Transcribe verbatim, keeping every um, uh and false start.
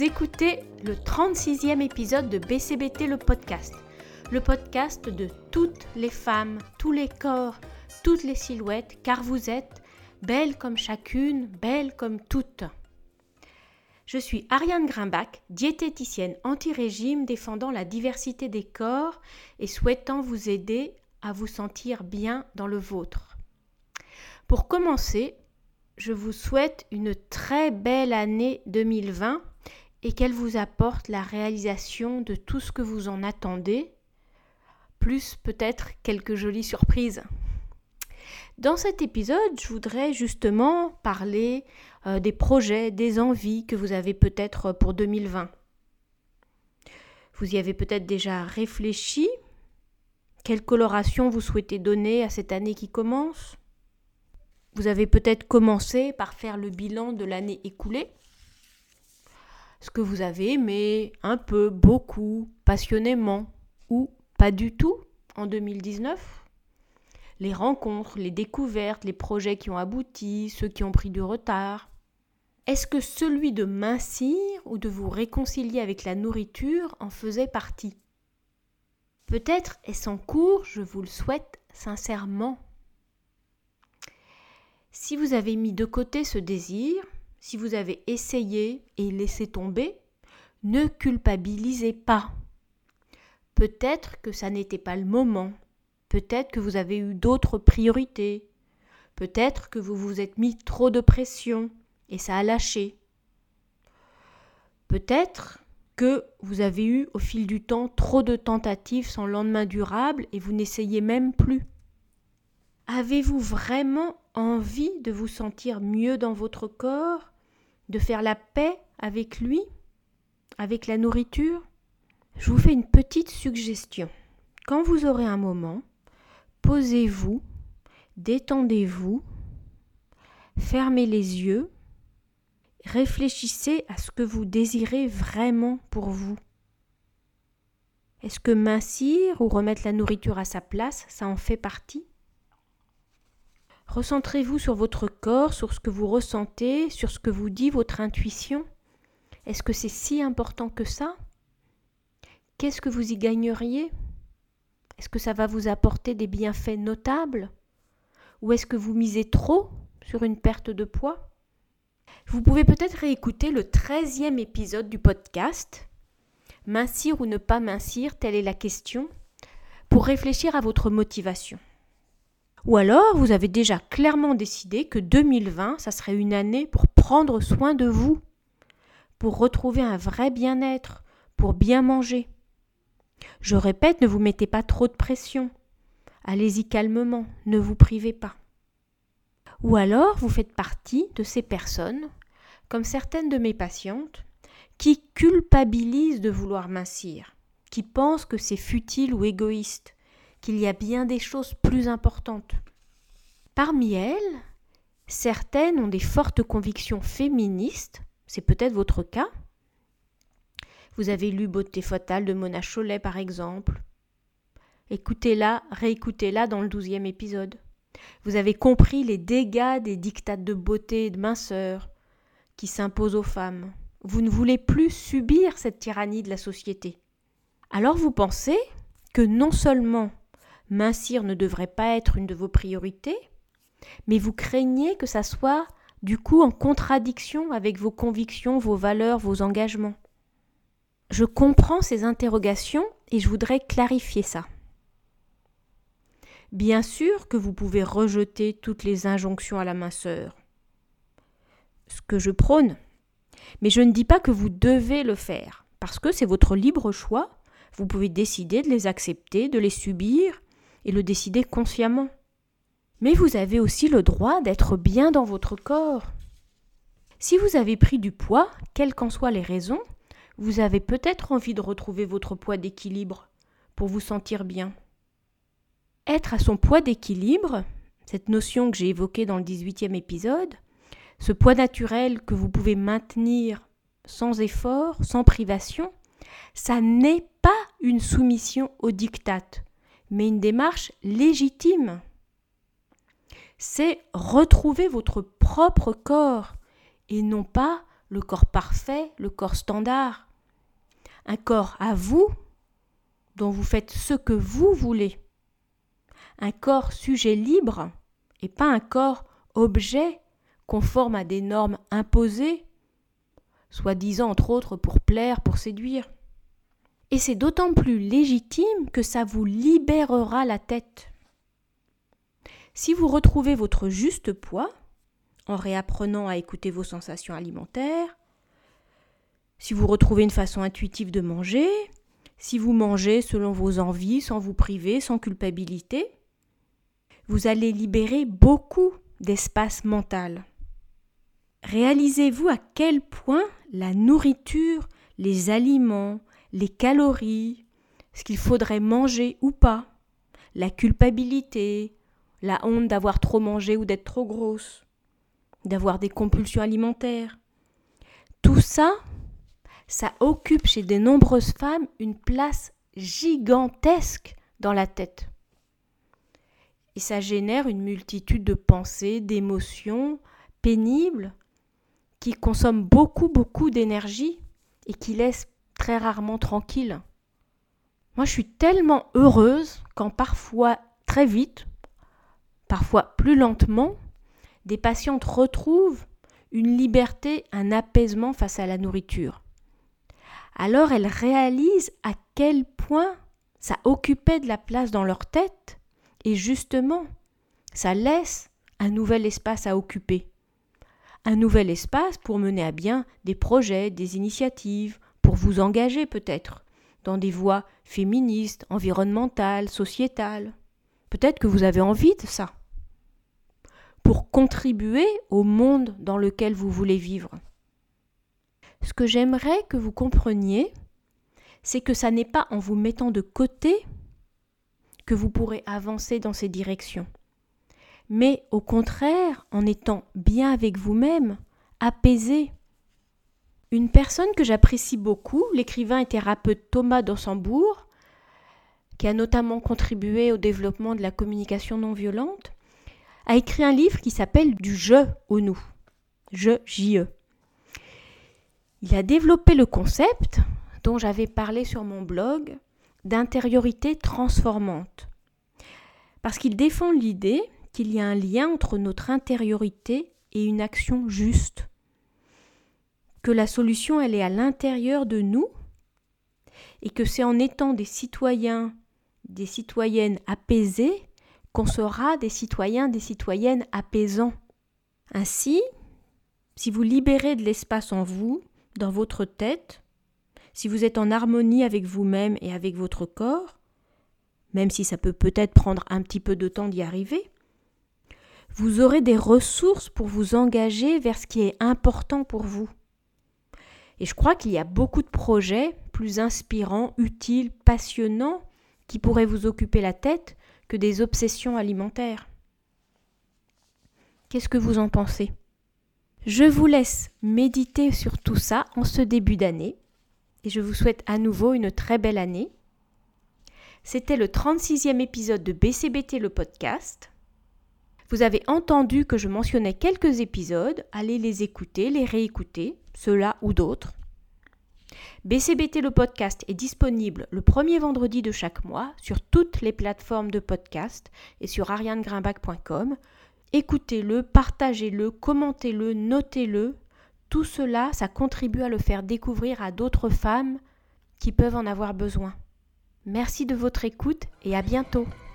écoutez le trente-sixième épisode de B C B T le podcast. Le podcast de toutes les femmes, tous les corps, toutes les silhouettes, car vous êtes belles comme chacune, belles comme toutes. Je suis Ariane Grimbach, diététicienne anti-régime défendant la diversité des corps et souhaitant vous aider à vous sentir bien dans le vôtre. Pour commencer, je vous souhaite une très belle année deux mille vingt et qu'elle vous apporte la réalisation de tout ce que vous en attendez, plus peut-être quelques jolies surprises. Dans cet épisode, je voudrais justement parler euh, des projets, des envies que vous avez peut-être pour deux mille vingt. Vous y avez peut-être déjà réfléchi. Quelle coloration vous souhaitez donner à cette année qui commence ? Vous avez peut-être commencé par faire le bilan de l'année écoulée. Ce que vous avez aimé un peu, beaucoup, passionnément ou pas du tout en deux mille dix-neuf. Les rencontres, les découvertes, les projets qui ont abouti, ceux qui ont pris du retard. Est-ce que celui de mincir ou de vous réconcilier avec la nourriture en faisait partie ? Peut-être est-ce en cours, je vous le souhaite sincèrement. Si vous avez mis de côté ce désir, si vous avez essayé et laissé tomber, ne culpabilisez pas. Peut-être que ça n'était pas le moment. Peut-être que vous avez eu d'autres priorités. Peut-être que vous vous êtes mis trop de pression et ça a lâché. Peut-être que vous avez eu au fil du temps trop de tentatives sans lendemain durable et vous n'essayez même plus. Avez-vous vraiment envie de vous sentir mieux dans votre corps, de faire la paix avec lui, avec la nourriture ? Je vous fais une petite suggestion. Quand vous aurez un moment, posez-vous, détendez-vous, fermez les yeux, réfléchissez à ce que vous désirez vraiment pour vous. Est-ce que mincir ou remettre la nourriture à sa place, ça en fait partie ? Recentrez-vous sur votre corps, sur ce que vous ressentez, sur ce que vous dit votre intuition. Est-ce que c'est si important que ça ? Qu'est-ce que vous y gagneriez ? Est-ce que ça va vous apporter des bienfaits notables ? Ou est-ce que vous misez trop sur une perte de poids ? Vous pouvez peut-être réécouter le treizième épisode du podcast « Mincir ou ne pas mincir, telle est la question » pour réfléchir à votre motivation. Ou alors, vous avez déjà clairement décidé que deux mille vingt, ça serait une année pour prendre soin de vous, pour retrouver un vrai bien-être, pour bien manger. Je répète, ne vous mettez pas trop de pression. Allez-y calmement, ne vous privez pas. Ou alors, vous faites partie de ces personnes, comme certaines de mes patientes, qui culpabilisent de vouloir mincir, qui pensent que c'est futile ou égoïste, qu'il y a bien des choses plus importantes. Parmi elles, certaines ont des fortes convictions féministes, c'est peut-être votre cas. Vous avez lu Beauté fatale de Mona Chollet par exemple. Écoutez-la, réécoutez-la dans le douzième épisode. Vous avez compris les dégâts des diktats de beauté et de minceur qui s'imposent aux femmes. Vous ne voulez plus subir cette tyrannie de la société. Alors vous pensez que non seulement mincir ne devrait pas être une de vos priorités, mais vous craignez que ça soit du coup en contradiction avec vos convictions, vos valeurs, vos engagements. Je comprends ces interrogations et je voudrais clarifier ça. Bien sûr que vous pouvez rejeter toutes les injonctions à la minceur, ce que je prône, mais je ne dis pas que vous devez le faire, parce que c'est votre libre choix, vous pouvez décider de les accepter, de les subir, et le décider consciemment. Mais vous avez aussi le droit d'être bien dans votre corps. Si vous avez pris du poids, quelles qu'en soient les raisons, vous avez peut-être envie de retrouver votre poids d'équilibre pour vous sentir bien. Être à son poids d'équilibre, cette notion que j'ai évoquée dans le dix-huitième épisode, ce poids naturel que vous pouvez maintenir sans effort, sans privation, ça n'est pas une soumission au diktat, mais une démarche légitime. C'est retrouver votre propre corps et non pas le corps parfait, le corps standard. Un corps à vous, dont vous faites ce que vous voulez. Un corps sujet libre et pas un corps objet conforme à des normes imposées, soi-disant entre autres pour plaire, pour séduire. Et c'est d'autant plus légitime que ça vous libérera la tête. Si vous retrouvez votre juste poids, en réapprenant à écouter vos sensations alimentaires, si vous retrouvez une façon intuitive de manger, si vous mangez selon vos envies, sans vous priver, sans culpabilité, vous allez libérer beaucoup d'espace mental. Réalisez-vous à quel point la nourriture, les aliments, les calories, ce qu'il faudrait manger ou pas, la culpabilité, la honte d'avoir trop mangé ou d'être trop grosse, d'avoir des compulsions alimentaires. Tout ça, ça occupe chez de nombreuses femmes une place gigantesque dans la tête. Et ça génère une multitude de pensées, d'émotions pénibles qui consomment beaucoup, beaucoup d'énergie et qui laissent très rarement tranquille. Moi, je suis tellement heureuse quand parfois, très vite, parfois plus lentement, des patientes retrouvent une liberté, un apaisement face à la nourriture. Alors elles réalisent à quel point ça occupait de la place dans leur tête et justement, ça laisse un nouvel espace à occuper. Un nouvel espace pour mener à bien des projets, des initiatives, pour vous engager peut-être dans des voies féministes, environnementales, sociétales. Peut-être que vous avez envie de ça. Pour contribuer au monde dans lequel vous voulez vivre. Ce que j'aimerais que vous compreniez, c'est que ça n'est pas en vous mettant de côté que vous pourrez avancer dans ces directions, mais au contraire en étant bien avec vous-même, apaisé. Une personne que j'apprécie beaucoup, l'écrivain et thérapeute Thomas Dansembourg, qui a notamment contribué au développement de la communication non violente, a écrit un livre qui s'appelle « Du je au nous », je, J E. Il a développé le concept, dont j'avais parlé sur mon blog, d'intériorité transformante. Parce qu'il défend l'idée qu'il y a un lien entre notre intériorité et une action juste. Que la solution, elle est à l'intérieur de nous et que c'est en étant des citoyens, des citoyennes apaisés qu'on sera des citoyens, des citoyennes apaisants. Ainsi, si vous libérez de l'espace en vous, dans votre tête, si vous êtes en harmonie avec vous-même et avec votre corps, même si ça peut peut-être prendre un petit peu de temps d'y arriver, vous aurez des ressources pour vous engager vers ce qui est important pour vous. Et je crois qu'il y a beaucoup de projets plus inspirants, utiles, passionnants, qui pourraient vous occuper la tête que des obsessions alimentaires. Qu'est-ce que vous en pensez ? Je vous laisse méditer sur tout ça en ce début d'année et je vous souhaite à nouveau une très belle année. C'était le trente-sixième épisode de B C B T le podcast. Vous avez entendu que je mentionnais quelques épisodes, allez les écouter, les réécouter, ceux-là ou d'autres. B C B T le podcast est disponible le premier vendredi de chaque mois sur toutes les plateformes de podcast et sur ariane grimbach point com. Écoutez-le, partagez-le, commentez-le, notez-le. Tout cela, ça contribue à le faire découvrir à d'autres femmes qui peuvent en avoir besoin. Merci de votre écoute et à bientôt.